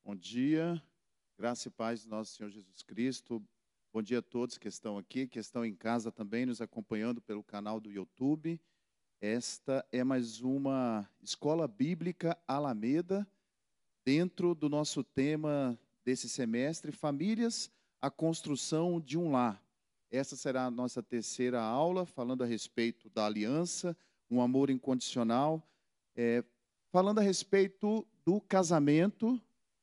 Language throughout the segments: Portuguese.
Bom dia, graça e paz do nosso Senhor Jesus Cristo. Bom dia a todos que estão aqui, que estão em casa também, nos acompanhando pelo canal do YouTube. Esta é mais uma Escola Bíblica Alameda, dentro do nosso tema desse semestre, Famílias, a Construção de um Lar. Essa será a nossa terceira aula, falando a respeito da aliança, um amor incondicional, falando a respeito do casamento,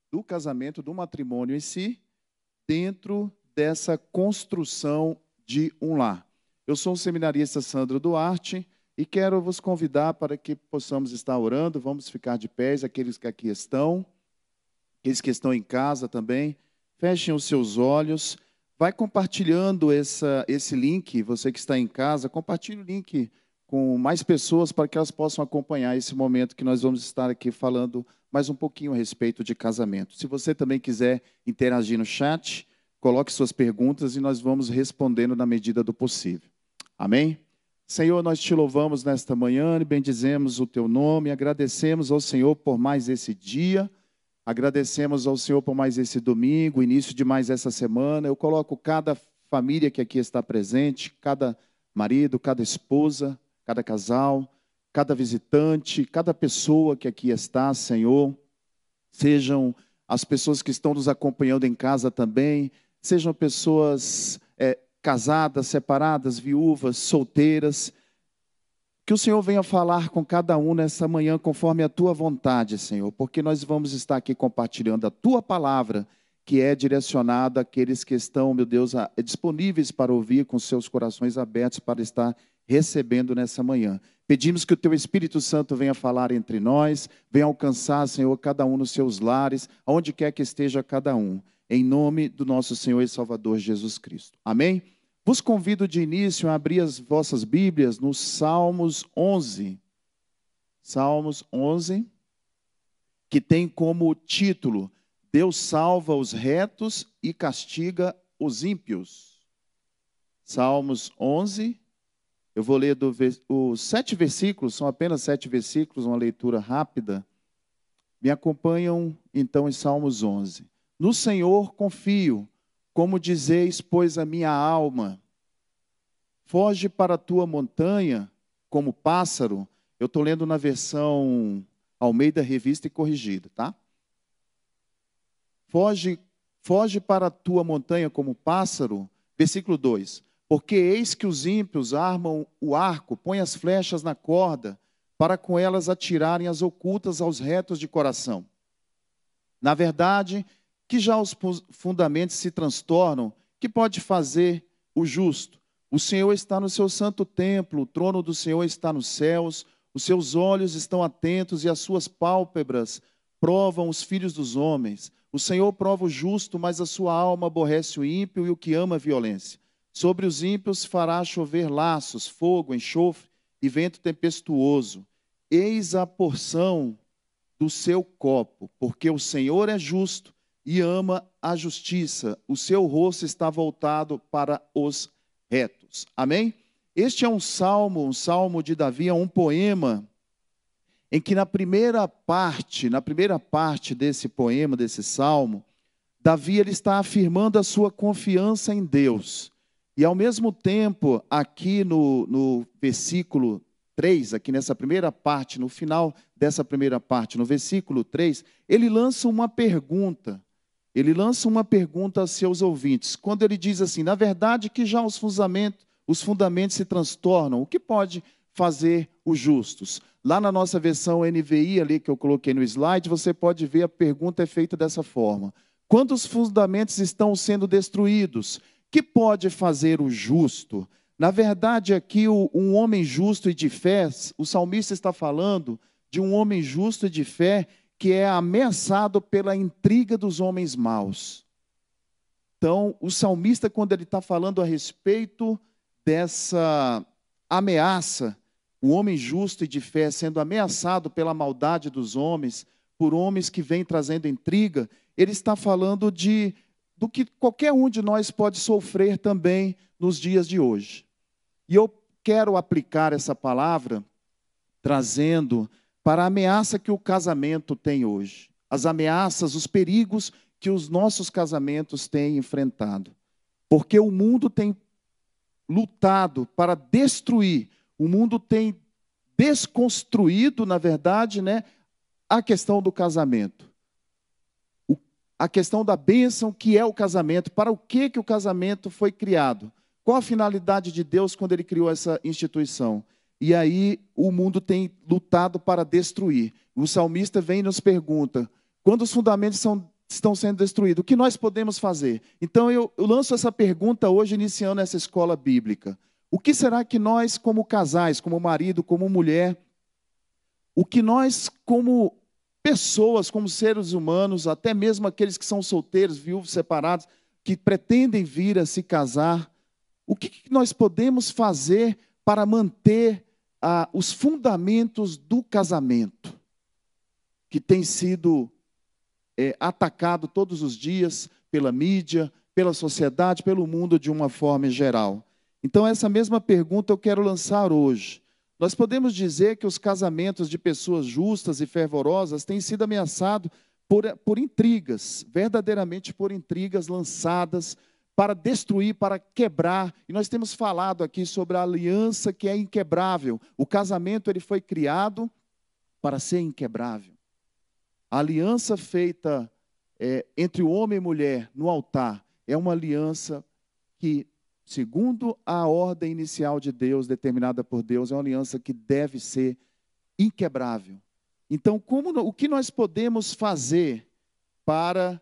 do matrimônio em si, dentro dessa construção de um lar. Eu sou o seminarista Sandro Duarte e quero vos convidar para que possamos estar orando. Vamos ficar de pés, aqueles que aqui estão, aqueles que estão em casa também. Fechem os seus olhos. Vai compartilhando esse link, você que está em casa, compartilhe o link com mais pessoas para que elas possam acompanhar esse momento que nós vamos estar aqui falando mais um pouquinho a respeito de casamento. Se você também quiser interagir no chat, coloque suas perguntas e nós vamos respondendo na medida do possível. Amém? Senhor, nós te louvamos nesta manhã e bendizemos o teu nome, agradecemos ao Senhor por mais esse dia, agradecemos ao Senhor por mais esse domingo, início de mais essa semana. Eu coloco cada família que aqui está presente, cada marido, cada esposa, cada casal, cada visitante, cada pessoa que aqui está, Senhor, sejam as pessoas que estão nos acompanhando em casa também, sejam pessoas casadas, separadas, viúvas, solteiras, que o Senhor venha falar com cada um nessa manhã conforme a tua vontade, Senhor, porque nós vamos estar aqui compartilhando a tua palavra, que é direcionada àqueles que estão, meu Deus, disponíveis para ouvir, com seus corações abertos para estar recebendo nessa manhã. Pedimos que o teu Espírito Santo venha falar entre nós, venha alcançar, Senhor, cada um nos seus lares, aonde quer que esteja cada um, em nome do nosso Senhor e Salvador Jesus Cristo. Amém? Vos convido de início a abrir as vossas Bíblias no Salmos 11. Salmos 11, que tem como título: Deus salva os retos e castiga os ímpios. Salmos 11, eu vou ler os 7 versículos, são apenas 7 versículos, uma leitura rápida. Me acompanham então em Salmos 11. No Senhor confio, como dizeis, pois a minha alma. Foge para a tua montanha como pássaro. Eu estou lendo na versão Almeida Revista e Corrigida, tá? Foge para a tua montanha como pássaro. Versículo 2. Porque eis que os ímpios armam o arco, põem as flechas na corda, para com elas atirarem as ocultas aos retos de coração. Na verdade, que já os fundamentos se transtornam, que pode fazer o justo? O Senhor está no seu santo templo, o trono do Senhor está nos céus, os seus olhos estão atentos e as suas pálpebras provam os filhos dos homens. O Senhor prova o justo, mas a sua alma aborrece o ímpio e o que ama a violência. Sobre os ímpios fará chover laços, fogo, enxofre e vento tempestuoso. Eis a porção do seu copo, porque o Senhor é justo e ama a justiça. O seu rosto está voltado para os retos. Amém? Este é um salmo de Davi, é um poema, em que na primeira parte desse poema, desse salmo, Davi ele está afirmando a sua confiança em Deus. E ao mesmo tempo, aqui no versículo 3, aqui nessa primeira parte, no final dessa primeira parte, no versículo 3, ele lança uma pergunta. Ele lança uma pergunta aos seus ouvintes, quando ele diz assim: na verdade que já os fundamentos se transtornam, o que pode fazer os justos? Lá na nossa versão NVI, ali que eu coloquei no slide, você pode ver a pergunta é feita dessa forma: quando os fundamentos estão sendo destruídos, que pode fazer o justo? Na verdade aqui um homem justo e de fé, o salmista está falando de um homem justo e de fé, que é ameaçado pela intriga dos homens maus. Então, o salmista, quando ele está falando a respeito dessa ameaça, o homem justo e de fé sendo ameaçado pela maldade dos homens, por homens que vêm trazendo intriga, ele está falando do que qualquer um de nós pode sofrer também nos dias de hoje. E eu quero aplicar essa palavra trazendo para a ameaça que o casamento tem hoje. as ameaças, os perigos que os nossos casamentos têm enfrentado. Porque o mundo tem lutado para destruir, o mundo tem desconstruído, na verdade, né, a questão do casamento. A questão da bênção que é o casamento. Para o que o casamento foi criado? Qual a finalidade de Deus quando Ele criou essa instituição? E aí o mundo tem lutado para destruir. O salmista vem e nos pergunta, quando os fundamentos estão sendo destruídos, o que nós podemos fazer? Então eu lanço essa pergunta hoje, iniciando essa escola bíblica. O que será que nós, como casais, como marido, como mulher, o que nós, como pessoas, como seres humanos, até mesmo aqueles que são solteiros, viúvos, separados, que pretendem vir a se casar, o que nós podemos fazer para manter os fundamentos do casamento, que tem sido atacado todos os dias pela mídia, pela sociedade, pelo mundo de uma forma geral. Então, essa mesma pergunta eu quero lançar hoje. Nós podemos dizer que os casamentos de pessoas justas e fervorosas têm sido ameaçados por intrigas, verdadeiramente por intrigas lançadas para destruir, para quebrar. E nós temos falado aqui sobre a aliança que é inquebrável. O casamento ele foi criado para ser inquebrável. A aliança feita entre o homem e mulher no altar é uma aliança que, segundo a ordem inicial de Deus, determinada por Deus, é uma aliança que deve ser inquebrável. Então, o que nós podemos fazer para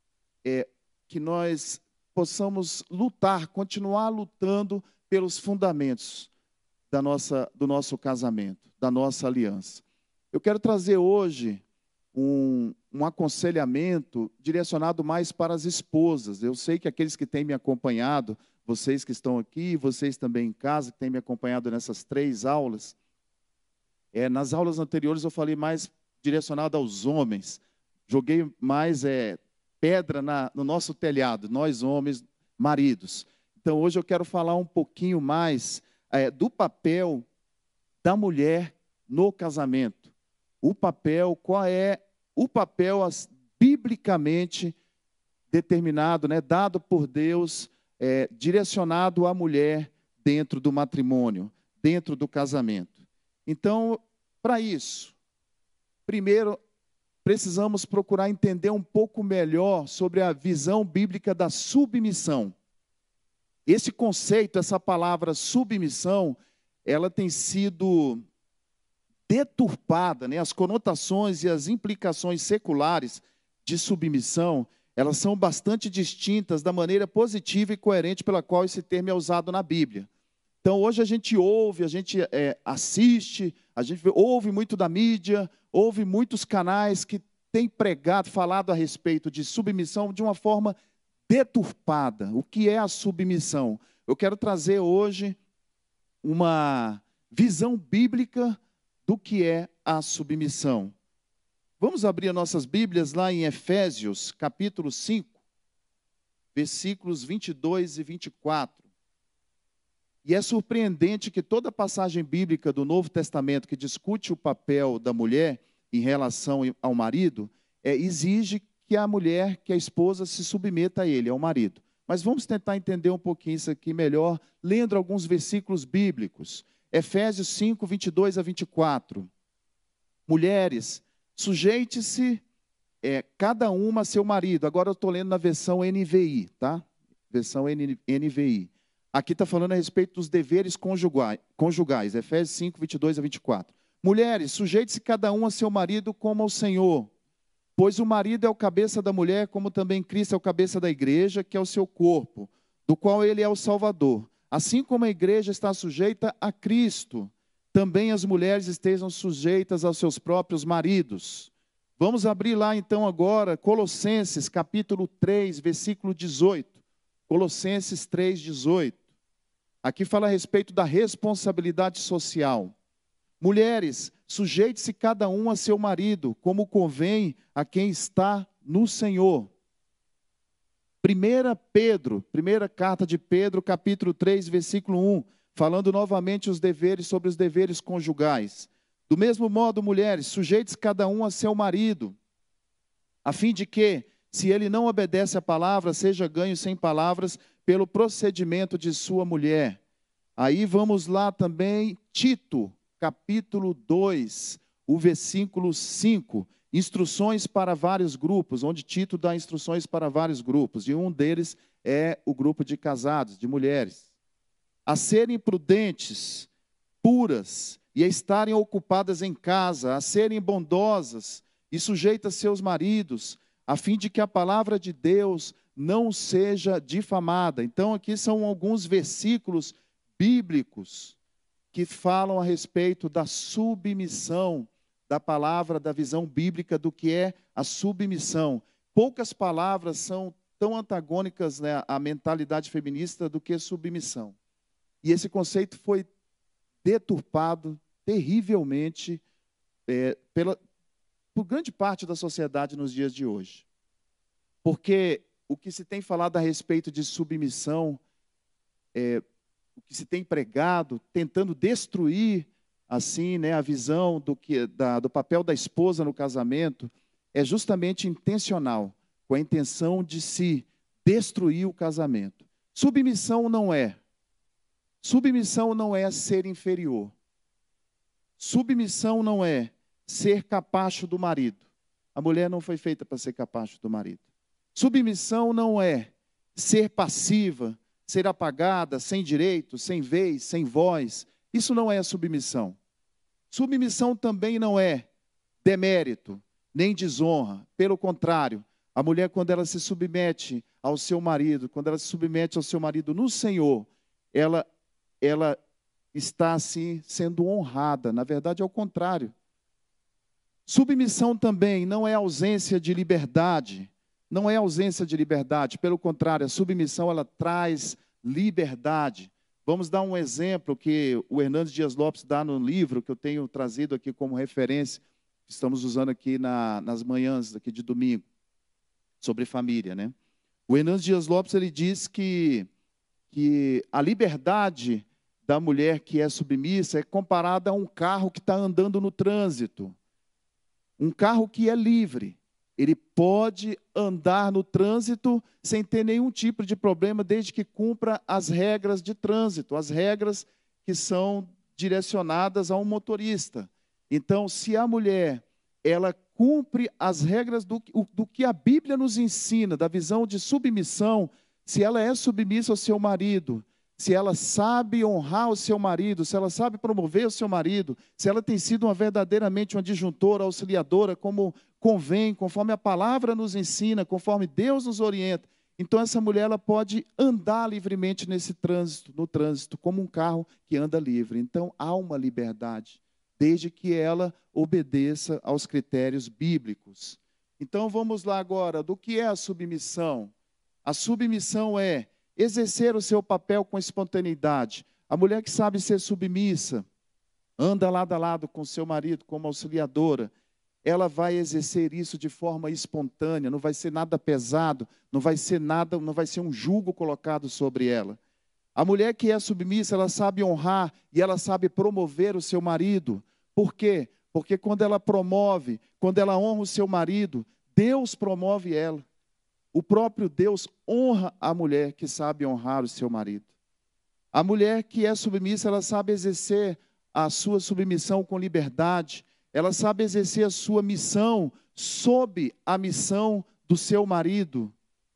que nós possamos lutar, continuar lutando pelos fundamentos do nosso casamento, da nossa aliança? Eu quero trazer hoje um aconselhamento direcionado mais para as esposas. Eu sei que aqueles que têm me acompanhado, vocês que estão aqui, vocês também em casa, que têm me acompanhado nessas 3 aulas, nas aulas anteriores eu falei mais direcionado aos homens, joguei mais pedra no nosso telhado, nós homens, maridos. Então hoje eu quero falar um pouquinho mais do papel da mulher no casamento. Qual é o papel biblicamente determinado, né, dado por Deus, direcionado à mulher dentro do matrimônio, dentro do casamento. Então, para isso, primeiro, precisamos procurar entender um pouco melhor sobre a visão bíblica da submissão. Esse conceito, essa palavra submissão, ela tem sido deturpada, né? As conotações e as implicações seculares de submissão, elas são bastante distintas da maneira positiva e coerente pela qual esse termo é usado na Bíblia. Então, hoje a gente ouve, a gente assiste, a gente ouve muito da mídia, ouve muitos canais que têm pregado, falado a respeito de submissão de uma forma deturpada. O que é a submissão? Eu quero trazer hoje uma visão bíblica do que é a submissão. Vamos abrir as nossas Bíblias lá em Efésios, capítulo 5, versículos 22 e 24. E é surpreendente que toda passagem bíblica do Novo Testamento que discute o papel da mulher em relação ao marido, exige que a mulher, que a esposa, se submeta a ele, ao marido. Mas vamos tentar entender um pouquinho isso aqui melhor, lendo alguns versículos bíblicos. Efésios 5, 22 a 24. Mulheres, sujeite-se cada uma a seu marido. Agora eu estou lendo na versão NVI, tá? Versão NVI. Aqui está falando a respeito dos deveres conjugais. Efésios 5, 22 a 24. Mulheres, sujeite-se cada um a seu marido como ao Senhor. Pois o marido é o cabeça da mulher, como também Cristo é o cabeça da igreja, que é o seu corpo, do qual ele é o Salvador. Assim como a igreja está sujeita a Cristo, também as mulheres estejam sujeitas aos seus próprios maridos. Vamos abrir lá então agora Colossenses capítulo 3, versículo 18. Colossenses 3, 18. Aqui fala a respeito da responsabilidade social. Mulheres, sujeite-se cada um a seu marido, como convém a quem está no Senhor. Primeira carta de Pedro, capítulo 3, versículo 1, falando novamente sobre os deveres conjugais. Do mesmo modo, mulheres, sujeite-se cada um a seu marido, a fim de que, se ele não obedece à palavra, seja ganho sem palavras pelo procedimento de sua mulher. Aí vamos lá também, Tito, capítulo 2, o versículo 5. Instruções para vários grupos, onde Tito dá instruções para vários grupos, e um deles é o grupo de casados, de mulheres. A serem prudentes, puras, e a estarem ocupadas em casa, a serem bondosas e sujeitas a seus maridos, a fim de que a palavra de Deus não seja difamada. Então, aqui são alguns versículos bíblicos que falam a respeito da submissão, da palavra, da visão bíblica do que é a submissão. Poucas palavras são tão antagônicas, né, à mentalidade feminista do que submissão. E esse conceito foi deturpado terrivelmente por grande parte da sociedade nos dias de hoje. Porque o que se tem falado a respeito de submissão, o que se tem pregado, tentando destruir assim, né, a visão do papel da esposa no casamento, é justamente intencional, com a intenção de se destruir o casamento. Submissão não é ser inferior. Submissão não é ser capacho do marido. A mulher não foi feita para ser capacho do marido. Submissão não é ser passiva, ser apagada, sem direito, sem vez, sem voz. Isso não é submissão. Submissão também não é demérito, nem desonra. Pelo contrário, a mulher, quando ela se submete ao seu marido, quando ela se submete ao seu marido no Senhor, ela está assim sendo honrada. Na verdade, é o contrário. Submissão também não é ausência de liberdade. Não é ausência de liberdade. Pelo contrário, a submissão ela traz liberdade. Vamos dar um exemplo que o Hernandes Dias Lopes dá no livro, que eu tenho trazido aqui como referência, que estamos usando aqui nas manhãs aqui de domingo, sobre família, né? O Hernandes Dias Lopes ele diz que a liberdade da mulher que é submissa é comparada a um carro que está andando no trânsito. Um carro que é livre. Ele pode andar no trânsito sem ter nenhum tipo de problema, desde que cumpra as regras de trânsito, as regras que são direcionadas a um motorista. Então, se a mulher ela cumpre as regras do que a Bíblia nos ensina, da visão de submissão, se ela é submissa ao seu marido, se ela sabe honrar o seu marido, se ela sabe promover o seu marido, se ela tem sido verdadeiramente uma disjuntora, auxiliadora, como convém, conforme a palavra nos ensina, conforme Deus nos orienta, então essa mulher ela pode andar livremente no trânsito, como um carro que anda livre. Então há uma liberdade, desde que ela obedeça aos critérios bíblicos. Então vamos lá agora, do que é a submissão? A submissão é exercer o seu papel com espontaneidade. A mulher que sabe ser submissa, anda lado a lado com seu marido como auxiliadora, ela vai exercer isso de forma espontânea, não vai ser nada pesado, não vai ser um jugo colocado sobre ela. A mulher que é submissa, ela sabe honrar e ela sabe promover o seu marido. Por quê? Porque quando ela promove, quando ela honra o seu marido, Deus promove ela. O próprio Deus honra a mulher que sabe honrar o seu marido. A mulher que é submissa, ela sabe exercer a sua submissão com liberdade. Ela sabe exercer a sua missão sob a missão do seu marido.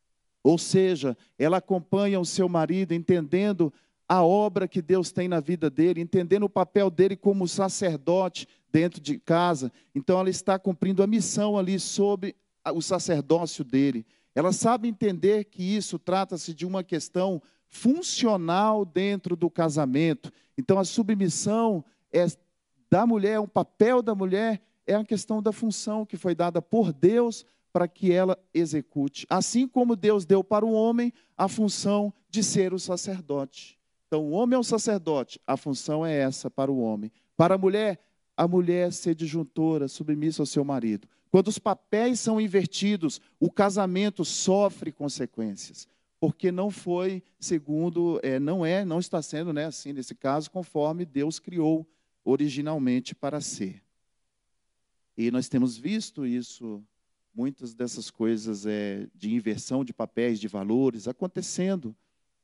Ou seja, ela acompanha o seu marido, entendendo a obra que Deus tem na vida dele, entendendo o papel dele como sacerdote dentro de casa. Então, ela está cumprindo a missão ali sob o sacerdócio dele. Ela sabe entender que isso trata-se de uma questão funcional dentro do casamento. Então, a submissão da mulher, o papel da mulher é a questão da função que foi dada por Deus para que ela execute. Assim como Deus deu para o homem a função de ser o sacerdote. Então, o homem é o sacerdote, a função é essa para o homem. Para a mulher ser disjuntora, submissa ao seu marido. Quando os papéis são invertidos, o casamento sofre consequências, porque não foi segundo, não está sendo, né, assim, nesse caso, conforme Deus criou originalmente para ser. E nós temos visto isso muitas dessas coisas de inversão de papéis, de valores, acontecendo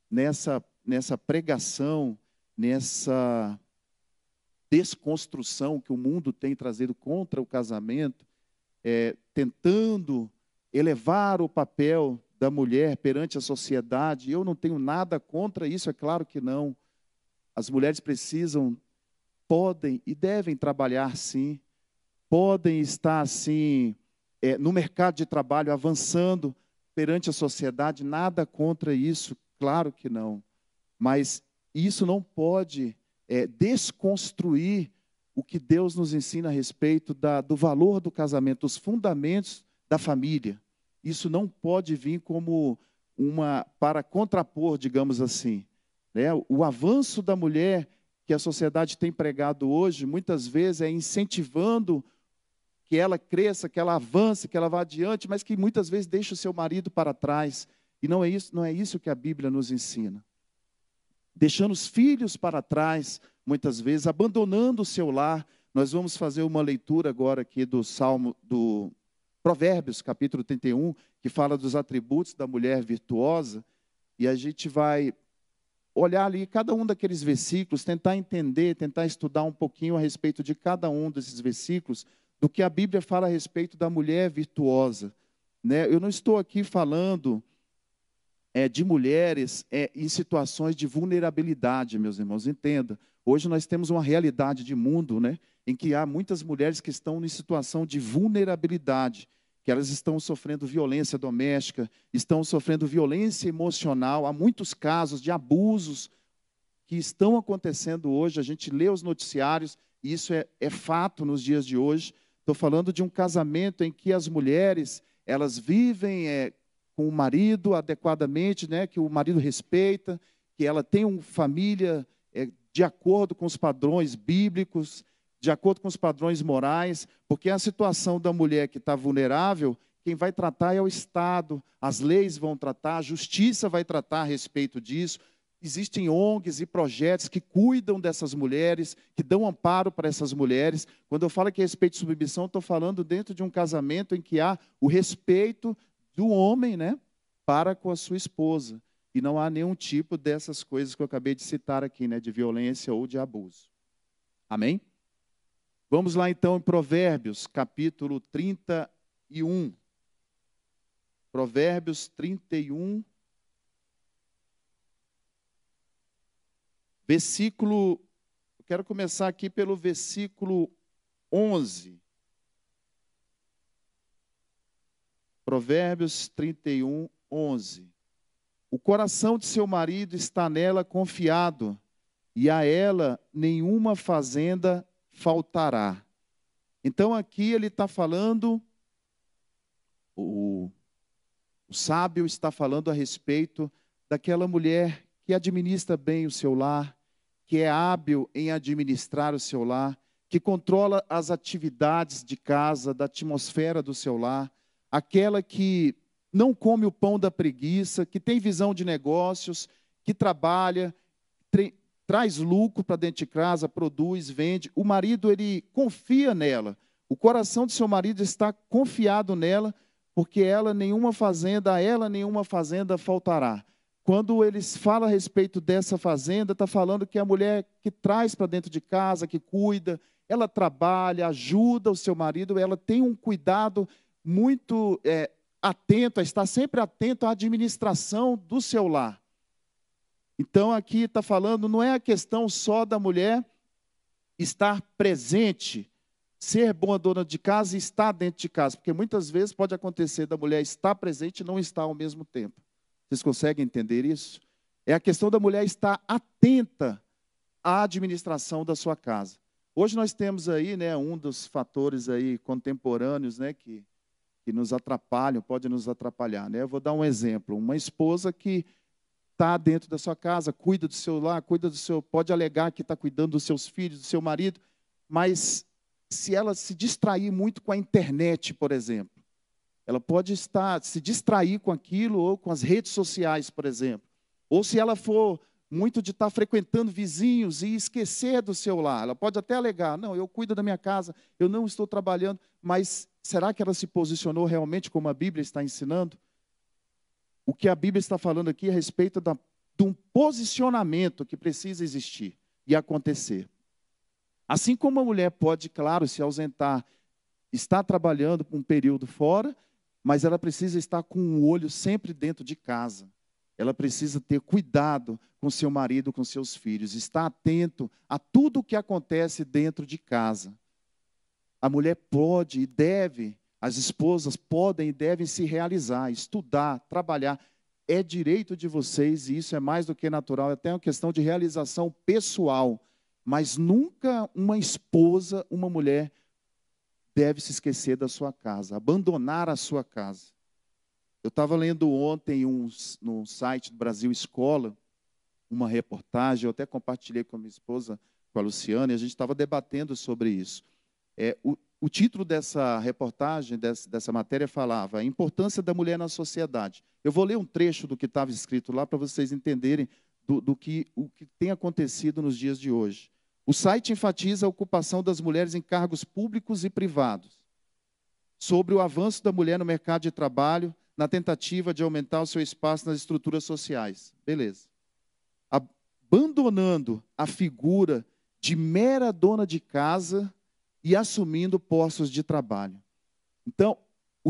nessa pregação, nessa desconstrução que o mundo tem trazido contra o casamento, tentando elevar o papel da mulher perante a sociedade. Eu não tenho nada contra isso, é claro que não. As mulheres precisam, podem e devem trabalhar sim, podem estar sim no mercado de trabalho avançando perante a sociedade, nada contra isso, claro que não. Mas isso não pode desconstruir o que Deus nos ensina a respeito do valor do casamento, os fundamentos da família. Isso não pode vir como para contrapor, digamos assim, né? O avanço da mulher que a sociedade tem pregado hoje, muitas vezes é incentivando que ela cresça, que ela avance, que ela vá adiante, mas que muitas vezes deixa o seu marido para trás. E não é isso que a Bíblia nos ensina. Deixando os filhos para trás, muitas vezes, abandonando o seu lar. Nós vamos fazer uma leitura agora aqui do Provérbios, capítulo 31, que fala dos atributos da mulher virtuosa, e a gente vai olhar ali cada um daqueles versículos, tentar entender, tentar estudar um pouquinho a respeito de cada um desses versículos, do que a Bíblia fala a respeito da mulher virtuosa, né? Eu não estou aqui falando de mulheres em situações de vulnerabilidade, meus irmãos, entenda. Hoje nós temos uma realidade de mundo, né, em que há muitas mulheres que estão em situação de vulnerabilidade, que elas estão sofrendo violência doméstica, estão sofrendo violência emocional. Há muitos casos de abusos que estão acontecendo hoje. A gente lê os noticiários, e isso é fato nos dias de hoje. Estou falando de um casamento em que as mulheres, elas vivem com o marido adequadamente, né, que o marido respeita, que ela tem uma família de acordo com os padrões bíblicos, de acordo com os padrões morais, porque a situação da mulher que está vulnerável, quem vai tratar é o Estado, as leis vão tratar, a justiça vai tratar a respeito disso. Existem ONGs e projetos que cuidam dessas mulheres, que dão amparo para essas mulheres. Quando eu falo aqui a respeito de submissão, estou falando dentro de um casamento em que há o respeito do homem, né, para com a sua esposa. E não há nenhum tipo dessas coisas que eu acabei de citar aqui, né, de violência ou de abuso. Amém? Vamos lá então em Provérbios, capítulo 31. Provérbios 31, versículo, eu quero começar aqui pelo versículo 11. Provérbios 31, 11. O coração de seu marido está nela confiado, e a ela nenhuma fazenda faltará. Então aqui ele está falando, o sábio está falando a respeito daquela mulher que administra bem o seu lar, que é hábil em administrar o seu lar, que controla as atividades de casa, da atmosfera do seu lar, aquela que não come o pão da preguiça, que tem visão de negócios, que trabalha, traz lucro para dentro de casa, produz, vende. O marido, ele confia nela. O coração do seu marido está confiado nela, porque a ela nenhuma fazenda faltará. Quando eles falam a respeito dessa fazenda, está falando que é a mulher que traz para dentro de casa, que cuida, ela trabalha, ajuda o seu marido, ela tem um cuidado muito atento, está sempre atento à administração do seu lar. Então, aqui está falando, não é a questão só da mulher estar presente, ser boa dona de casa e estar dentro de casa, porque muitas vezes pode acontecer da mulher estar presente e não estar ao mesmo tempo. Vocês conseguem entender isso? É a questão da mulher estar atenta à administração da sua casa. Hoje nós temos aí, né, um dos fatores aí contemporâneos, né, que nos atrapalham, pode nos atrapalhar, né? Eu vou dar um exemplo. Uma esposa que está dentro da sua casa, cuida do seu lar, pode alegar que está cuidando dos seus filhos, do seu marido, mas se ela se distrair muito com a internet, por exemplo, ela pode se distrair com aquilo, ou com as redes sociais, por exemplo. Ou se ela for muito de estar frequentando vizinhos e esquecer do seu lar, ela pode até alegar, não, eu cuido da minha casa, eu não estou trabalhando, mas será que ela se posicionou realmente como a Bíblia está ensinando? O que a Bíblia está falando aqui é a respeito de um posicionamento que precisa existir e acontecer. Assim como a mulher pode, claro, se ausentar, estar trabalhando por um período fora, mas ela precisa estar com o olho sempre dentro de casa. Ela precisa ter cuidado com seu marido, com seus filhos, estar atento a tudo o que acontece dentro de casa. A mulher pode e deve, as esposas podem e devem se realizar, estudar, trabalhar. É direito de vocês, e isso é mais do que natural, é até uma questão de realização pessoal. Mas nunca uma esposa, uma mulher, deve se esquecer da sua casa, abandonar a sua casa. Eu estava lendo ontem no site do Brasil Escola, uma reportagem, eu até compartilhei com a minha esposa, com a Luciana, e a gente estava debatendo sobre isso. O título dessa reportagem, dessa matéria, falava a importância da mulher na sociedade. Eu vou ler um trecho do que estava escrito lá para vocês entenderem o que tem acontecido nos dias de hoje. O site enfatiza a ocupação das mulheres em cargos públicos e privados, sobre o avanço da mulher no mercado de trabalho, na tentativa de aumentar o seu espaço nas estruturas sociais. Beleza. Abandonando a figura de mera dona de casa e assumindo postos de trabalho. Então,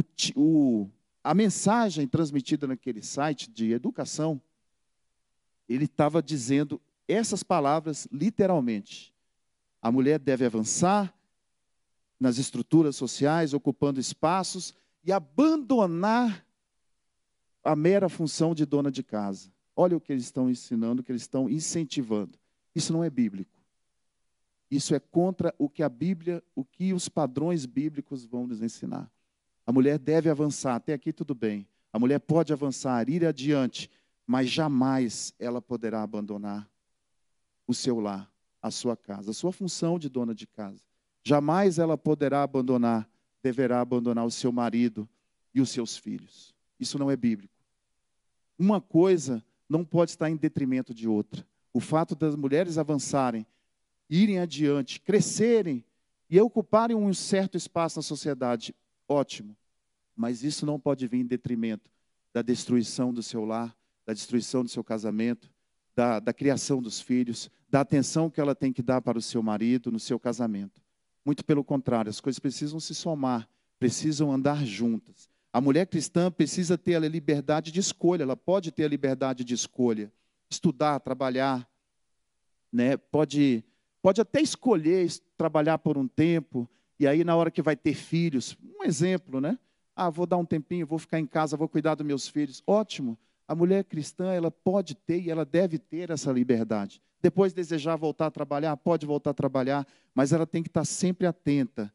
a mensagem transmitida naquele site de educação, ele estava dizendo essas palavras literalmente. A mulher deve avançar nas estruturas sociais, ocupando espaços e abandonar a mera função de dona de casa. Olha o que eles estão ensinando, o que eles estão incentivando. Isso não é bíblico. Isso é contra o que a Bíblia, o que os padrões bíblicos vão nos ensinar. A mulher deve avançar, até aqui tudo bem. A mulher pode avançar, ir adiante, mas jamais ela poderá abandonar o seu lar, a sua casa, a sua função de dona de casa. Jamais ela poderá abandonar, deverá abandonar o seu marido e os seus filhos. Isso não é bíblico. Uma coisa não pode estar em detrimento de outra. O fato das mulheres avançarem, irem adiante, crescerem e ocuparem um certo espaço na sociedade, ótimo. Mas isso não pode vir em detrimento da destruição do seu lar, da destruição do seu casamento, da criação dos filhos, da atenção que ela tem que dar para o seu marido no seu casamento. Muito pelo contrário, as coisas precisam se somar, precisam andar juntas. A mulher cristã precisa ter a liberdade de escolha, ela pode ter a liberdade de escolha, estudar, trabalhar, né? Pode até escolher trabalhar por um tempo, e aí na hora que vai ter filhos, um exemplo, né? Vou dar um tempinho, vou ficar em casa, vou cuidar dos meus filhos. Ótimo. A mulher cristã, ela pode ter e ela deve ter essa liberdade. Depois desejar voltar a trabalhar, pode voltar a trabalhar, mas ela tem que estar sempre atenta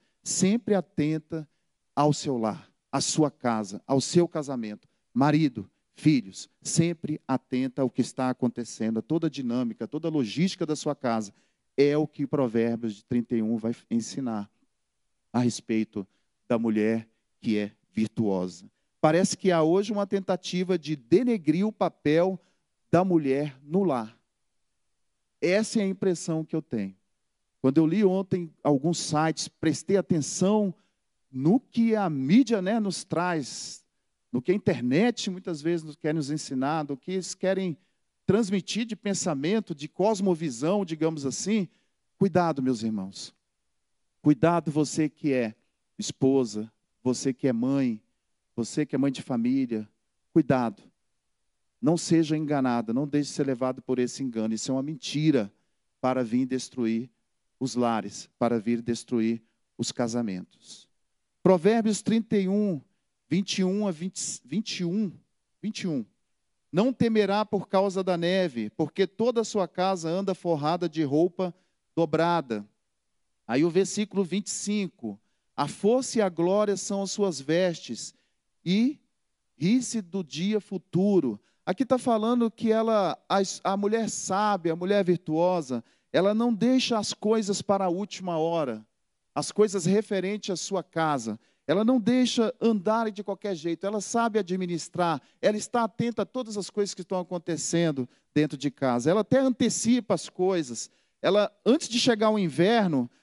ao seu lar, à sua casa, ao seu casamento. Marido, filhos, sempre atenta ao que está acontecendo, a toda a dinâmica, toda a logística da sua casa. É o que Provérbios 31 vai ensinar a respeito da mulher que é virtuosa. Parece que há hoje uma tentativa de denegrir o papel da mulher no lar. Essa é a impressão que eu tenho. Quando eu li ontem alguns sites, prestei atenção no que a mídia, né, nos traz, no que a internet muitas vezes nos quer nos ensinar, do que eles querem transmitir de pensamento, de cosmovisão, digamos assim. Cuidado, meus irmãos. Cuidado, você que é esposa, você que é mãe, você que é mãe de família. Cuidado. Não seja enganada, não deixe ser levado por esse engano. Isso é uma mentira para vir destruir os lares, para vir destruir os casamentos. Provérbios 31, 21 a 21. Não temerá por causa da neve, porque toda a sua casa anda forrada de roupa dobrada. Aí o versículo 25. A força e a glória são as suas vestes, e ri-se do dia futuro. Aqui está falando que a mulher sábia, a mulher virtuosa, ela não deixa as coisas para a última hora, as coisas referentes à sua casa. Ela não deixa andar de qualquer jeito, ela sabe administrar, ela está atenta a todas as coisas que estão acontecendo dentro de casa. Ela até antecipa as coisas. Ela, antes de chegar o inverno,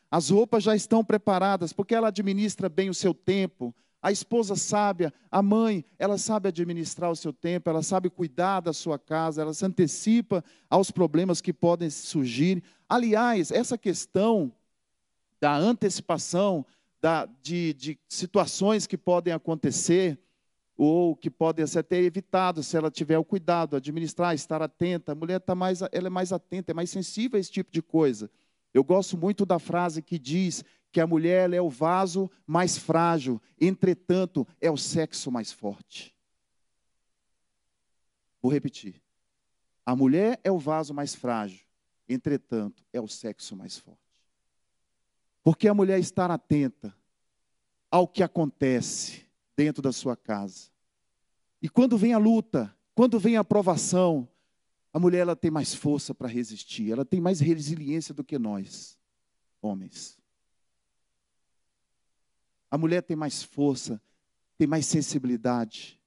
as roupas já estão preparadas, porque ela administra bem o seu tempo. A esposa sábia, a mãe, ela sabe administrar o seu tempo, ela sabe cuidar da sua casa, ela se antecipa aos problemas que podem surgir. Aliás, essa questão da antecipação de situações que podem acontecer, ou que podem ser até evitadas se ela tiver o cuidado, administrar, estar atenta. A mulher ela é mais atenta, é mais sensível a esse tipo de coisa. Eu gosto muito da frase que diz que a mulher ela é o vaso mais frágil, entretanto, é o sexo mais forte. Vou repetir. A mulher é o vaso mais frágil, entretanto, é o sexo mais forte. Porque a mulher estar atenta ao que acontece dentro da sua casa. E quando vem a luta, quando vem a provação, a mulher ela tem mais força para resistir, ela tem mais resiliência do que nós, homens. A mulher tem mais força, tem mais sensibilidade.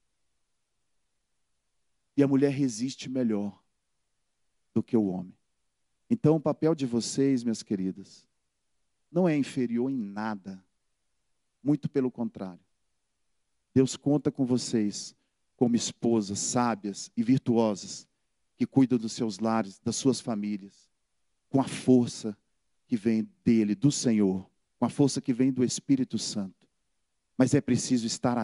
E a mulher resiste melhor do que o homem. Então, o papel de vocês, minhas queridas, não é inferior em nada. Muito pelo contrário. Deus conta com vocês como esposas sábias e virtuosas que cuidam dos seus lares, das suas famílias, com a força que vem dele, do Senhor, com a força que vem do Espírito Santo. Mas é preciso estar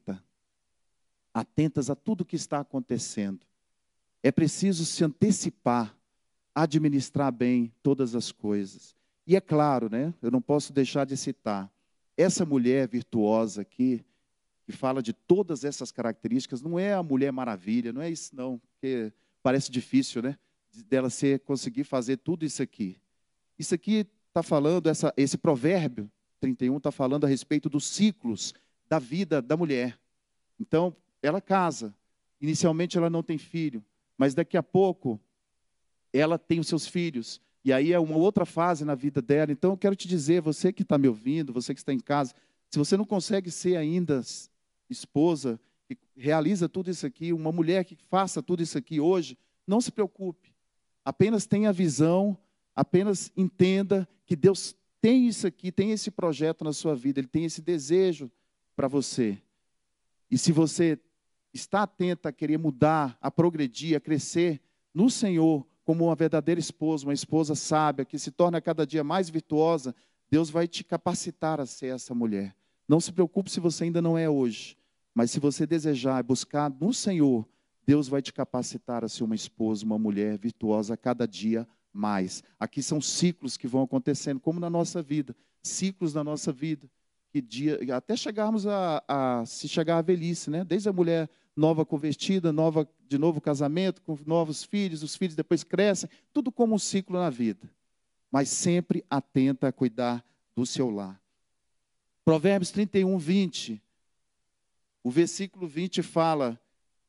atentas a tudo que está acontecendo. É preciso se antecipar, administrar bem todas as coisas. E é claro, né? Eu não posso deixar de citar, essa mulher virtuosa aqui, que fala de todas essas características, não é a Mulher Maravilha, não é isso não, porque parece difícil, né? Dela conseguir fazer tudo isso aqui. Isso aqui está falando, esse provérbio 31 está falando a respeito dos ciclos da vida da mulher. Então, ela casa. Inicialmente ela não tem filho, mas daqui a pouco ela tem os seus filhos. E aí é uma outra fase na vida dela. Então, eu quero te dizer, você que está me ouvindo, você que está em casa, se você não consegue ser ainda esposa, que realiza tudo isso aqui, uma mulher que faça tudo isso aqui hoje, não se preocupe. Apenas tenha a visão, apenas entenda que Deus tem isso aqui, tem esse projeto na sua vida, Ele tem esse desejo para você. E se você está atenta a querer mudar, a progredir, a crescer no Senhor, como uma verdadeira esposa, uma esposa sábia, que se torna cada dia mais virtuosa, Deus vai te capacitar a ser essa mulher. Não se preocupe se você ainda não é hoje, mas se você desejar buscar no Senhor, Deus vai te capacitar a ser uma esposa, uma mulher virtuosa a cada dia mais. Aqui são ciclos que vão acontecendo, como na nossa vida, ciclos na nossa vida, até chegarmos se chegar à velhice, né? Desde a mulher nova convertida, de novo casamento, com novos filhos, os filhos depois crescem, tudo como um ciclo na vida. Mas sempre atenta a cuidar do seu lar. Provérbios 31, 20. O versículo 20 fala: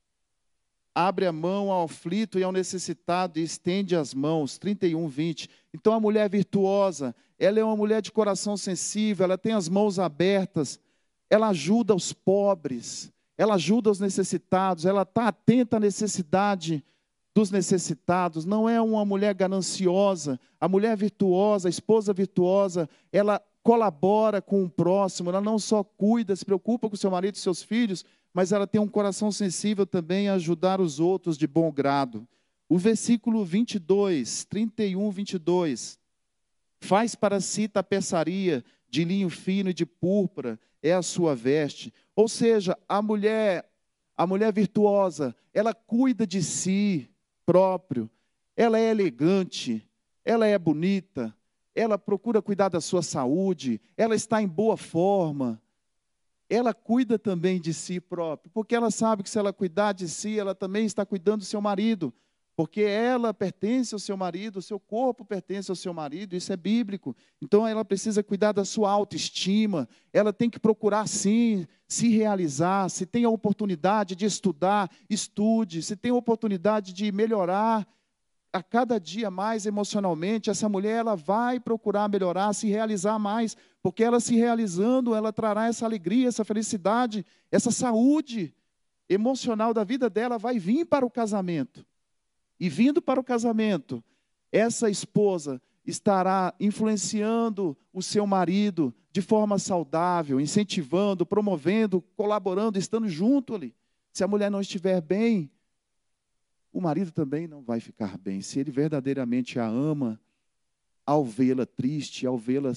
abre a mão ao aflito e ao necessitado e estende as mãos. 31, 20. Então a mulher virtuosa, ela é uma mulher de coração sensível, ela tem as mãos abertas, ela ajuda os pobres, ela ajuda os necessitados, ela está atenta à necessidade dos necessitados, não é uma mulher gananciosa. A mulher virtuosa, a esposa virtuosa, ela colabora com o próximo, ela não só cuida, se preocupa com seu marido e seus filhos, mas ela tem um coração sensível também a ajudar os outros de bom grado. O versículo 22, 31, 22, faz para si tapeçaria de linho fino e de púrpura, é a sua veste. Ou seja, a mulher virtuosa, ela cuida de si próprio, ela é elegante, ela é bonita, ela procura cuidar da sua saúde, ela está em boa forma, ela cuida também de si própria, porque ela sabe que se ela cuidar de si, ela também está cuidando do seu marido, porque ela pertence ao seu marido, o seu corpo pertence ao seu marido, isso é bíblico. Então ela precisa cuidar da sua autoestima, ela tem que procurar sim se realizar. Se tem a oportunidade de estudar, estude. Se tem a oportunidade de melhorar a cada dia mais emocionalmente, essa mulher ela vai procurar melhorar, se realizar mais, porque ela se realizando, ela trará essa alegria, essa felicidade, essa saúde emocional da vida dela vai vir para o casamento. E vindo para o casamento, essa esposa, estará influenciando o seu marido de forma saudável, incentivando, promovendo, colaborando, estando junto ali. Se a mulher não estiver bem, o marido também não vai ficar bem. Se ele verdadeiramente a ama, ao vê-la triste, ao vê-la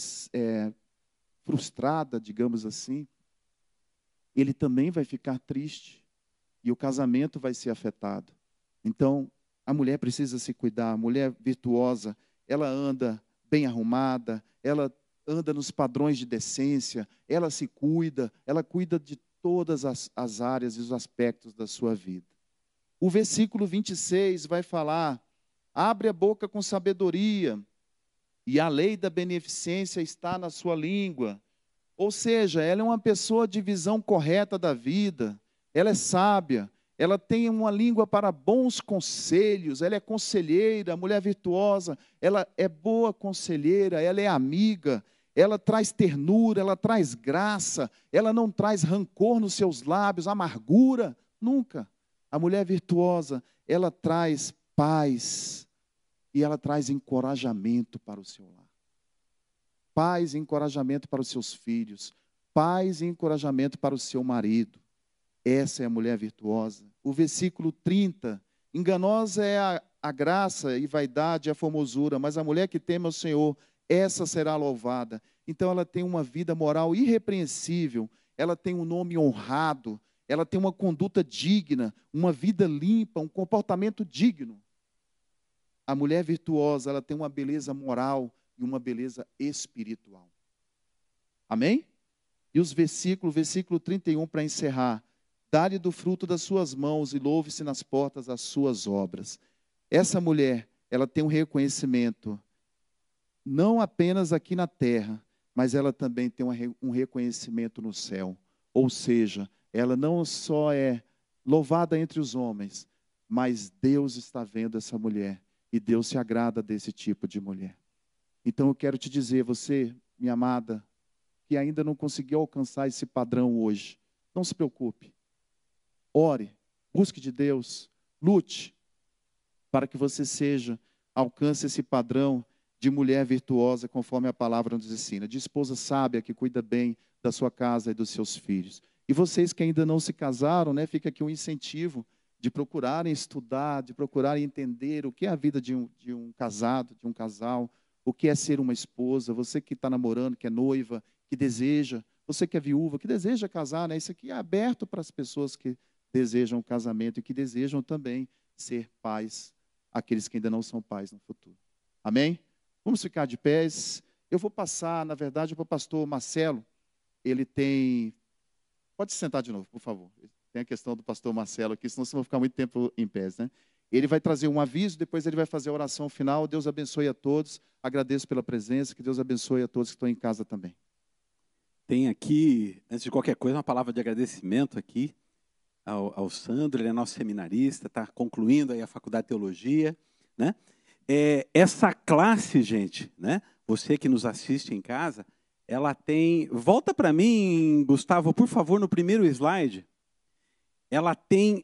frustrada, digamos assim, ele também vai ficar triste e o casamento vai ser afetado. Então, a mulher precisa se cuidar. A mulher virtuosa, ela anda bem arrumada, ela anda nos padrões de decência, ela se cuida, ela cuida de todas as áreas e os aspectos da sua vida. O versículo 26 vai falar: abre a boca com sabedoria, e a lei da beneficência está na sua língua. Ou seja, ela é uma pessoa de visão correta da vida, ela é sábia, ela tem uma língua para bons conselhos, ela é conselheira, mulher virtuosa, ela é boa conselheira, ela é amiga, ela traz ternura, ela traz graça, ela não traz rancor nos seus lábios, amargura, nunca. A mulher virtuosa, ela traz paz e ela traz encorajamento para o seu lar. Paz e encorajamento para os seus filhos, paz e encorajamento para o seu marido. Essa é a mulher virtuosa. O versículo 30, enganosa é a graça e vaidade, a formosura, mas a mulher que teme ao Senhor, essa será louvada. Então ela tem uma vida moral irrepreensível, ela tem um nome honrado, ela tem uma conduta digna, uma vida limpa, um comportamento digno. A mulher virtuosa, ela tem uma beleza moral e uma beleza espiritual. Amém? E os versículo 31 para encerrar. Dá-lhe do fruto das suas mãos e louve-se nas portas as suas obras. Essa mulher, ela tem um reconhecimento, não apenas aqui na terra, mas ela também tem um reconhecimento no céu. Ou seja, ela não só é louvada entre os homens, mas Deus está vendo essa mulher e Deus se agrada desse tipo de mulher. Então eu quero te dizer, você, minha amada, que ainda não conseguiu alcançar esse padrão hoje, não se preocupe. Ore, busque de Deus, lute para que você alcance esse padrão de mulher virtuosa, conforme a palavra nos ensina, de esposa sábia que cuida bem da sua casa e dos seus filhos. E vocês que ainda não se casaram, né, fica aqui um incentivo de procurarem estudar, de procurarem entender o que é a vida de um casado, de um casal, o que é ser uma esposa, você que está namorando, que é noiva, que deseja, você que é viúva, que deseja casar, né? Isso aqui é aberto para as pessoas que desejam o casamento e que desejam também ser pais, aqueles que ainda não são pais no futuro. Amém? Vamos ficar de pés. Eu vou passar, na verdade, para o pastor Marcelo. Ele tem... Pode se sentar de novo, por favor. Tem a questão do pastor Marcelo aqui, senão vocês vão ficar muito tempo em pés, né? Ele vai trazer um aviso, depois ele vai fazer a oração final. Deus abençoe a todos. Agradeço pela presença, que Deus abençoe a todos que estão em casa também. Tem aqui, antes de qualquer coisa, uma palavra de agradecimento aqui ao Sandro, ele é nosso seminarista, está concluindo aí a faculdade de teologia, né? Essa classe, gente, né? Você que nos assiste em casa, ela tem... Volta para mim, Gustavo, por favor, no primeiro slide. Ela tem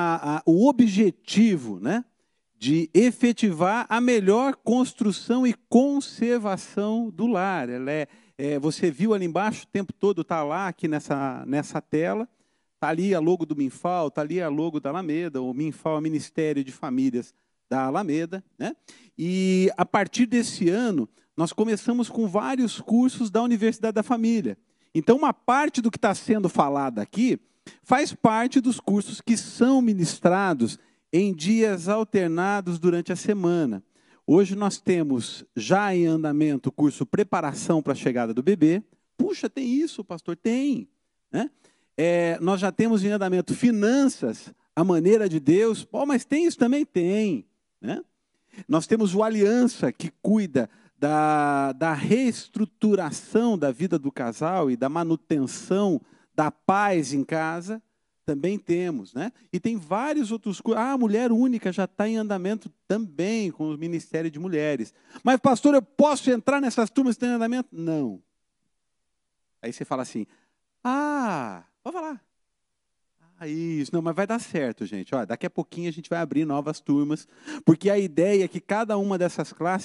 o objetivo, né, de efetivar a melhor construção e conservação do lar. Ela você viu ali embaixo, o tempo todo está lá, aqui nessa tela, está ali a logo do MINFAL, está ali a logo da Alameda, o MINFAL é o Ministério de Famílias da Alameda, né? E a partir desse ano, nós começamos com vários cursos da Universidade da Família. Então, uma parte do que está sendo falado aqui faz parte dos cursos que são ministrados em dias alternados durante a semana. Hoje nós temos já em andamento o curso Preparação para a Chegada do Bebê. Puxa, tem isso, pastor? Tem, né? Nós já temos em andamento Finanças, a Maneira de Deus. Pô, mas tem isso também? Tem, né? Nós temos o Aliança, que cuida da reestruturação da vida do casal e da manutenção da paz em casa. Também temos, né? E tem vários outros cursos. A Mulher Única já está em andamento também com o Ministério de Mulheres. Mas, pastor, eu posso entrar nessas turmas que estão em andamento? Não. Aí você fala assim, pode falar. Isso, não, mas vai dar certo, gente. Olha, daqui a pouquinho a gente vai abrir novas turmas, porque a ideia é que cada uma dessas classes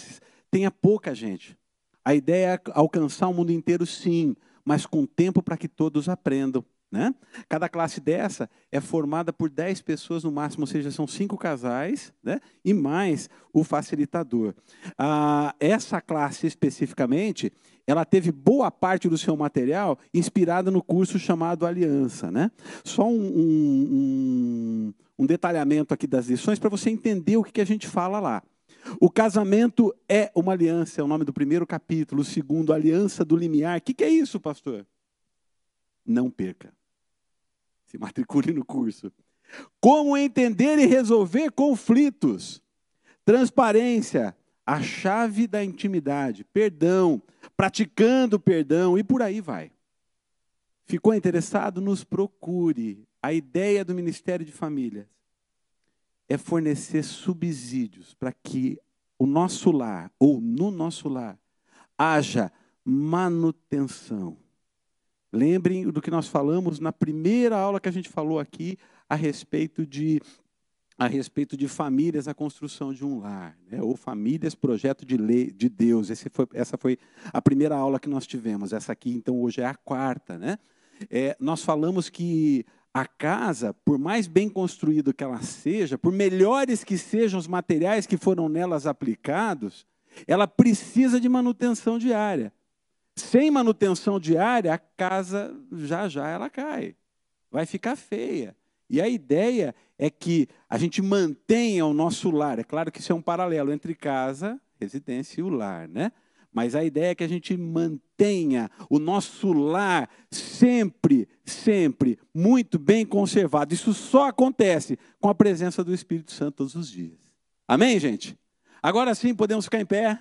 tenha pouca gente. A ideia é alcançar o mundo inteiro, sim, mas com tempo para que todos aprendam, né? Cada classe dessa é formada por 10 pessoas no máximo, ou seja, são 5 casais, né? E mais o facilitador. Essa classe especificamente, ela teve boa parte do seu material inspirada no curso chamado Aliança, né? Só um detalhamento aqui das lições para você entender o que a gente fala lá. O casamento é uma aliança, é o nome do primeiro capítulo. O segundo, aliança do limiar. O que é isso, pastor? Não perca. Se matricule no curso. Como entender e resolver conflitos. Transparência, a chave da intimidade. Perdão, praticando perdão e por aí vai. Ficou interessado? Nos procure. A ideia do Ministério de Famílias é fornecer subsídios para que o nosso lar, ou no nosso lar, haja manutenção. Lembrem do que nós falamos na primeira aula que a gente falou aqui a respeito de famílias, a construção de um lar, né? Ou famílias, projeto de lei de Deus. Essa foi a primeira aula que nós tivemos. Essa aqui, então, hoje é a quarta, né? Nós falamos que a casa, por mais bem construída que ela seja, por melhores que sejam os materiais que foram nelas aplicados, ela precisa de manutenção diária. Sem manutenção diária, a casa já ela cai. Vai ficar feia. E a ideia é que a gente mantenha o nosso lar. É claro que isso é um paralelo entre casa, residência e o lar, né? Mas a ideia é que a gente mantenha o nosso lar sempre muito bem conservado. Isso só acontece com a presença do Espírito Santo todos os dias. Amém, gente? Agora sim, podemos ficar em pé.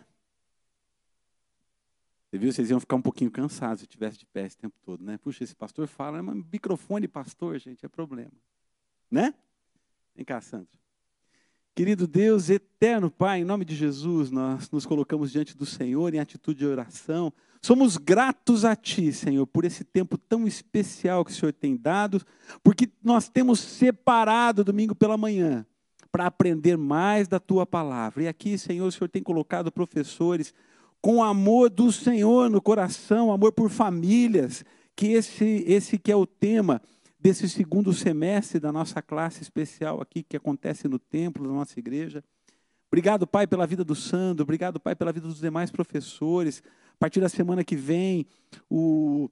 Você viu? Vocês iam ficar um pouquinho cansados se eu estivesse de pé esse tempo todo, né? Puxa, esse pastor fala, mas microfone pastor, gente, é problema. Né? Vem cá, Sandro. Querido Deus, eterno Pai, em nome de Jesus, nós nos colocamos diante do Senhor em atitude de oração. Somos gratos a Ti, Senhor, por esse tempo tão especial que o Senhor tem dado, porque nós temos separado domingo pela manhã para aprender mais da Tua palavra. E aqui, Senhor, o Senhor tem colocado professores com amor do Senhor no coração, amor por famílias, que esse que é o tema desse segundo semestre da nossa classe especial aqui, que acontece no templo da nossa igreja. Obrigado, Pai, pela vida do Sandro, obrigado, Pai, pela vida dos demais professores. A partir da semana que vem, o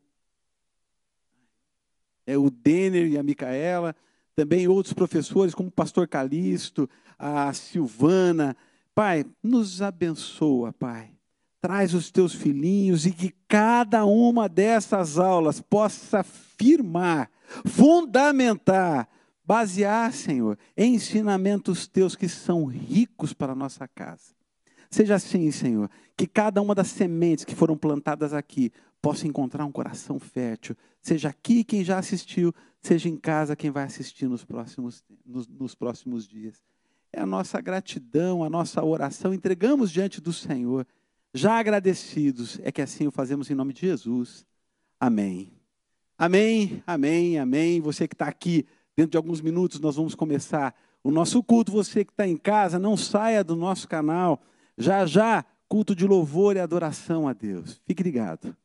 Denner e a Micaela, também outros professores, como o pastor Calixto, a Silvana. Pai, nos abençoa, Pai. Traz os teus filhinhos e que cada uma dessas aulas possa firmar, fundamentar, basear, Senhor, em ensinamentos teus que são ricos para a nossa casa. Seja assim, Senhor, que cada uma das sementes que foram plantadas aqui possa encontrar um coração fértil. Seja aqui quem já assistiu, seja em casa quem vai assistir nos próximos dias. É a nossa gratidão, a nossa oração, entregamos diante do Senhor. Já agradecidos, é que assim o fazemos em nome de Jesus. Amém. Amém, amém, amém. Você que está aqui, dentro de alguns minutos nós vamos começar o nosso culto. Você que está em casa, não saia do nosso canal. Já, culto de louvor e adoração a Deus. Fique ligado.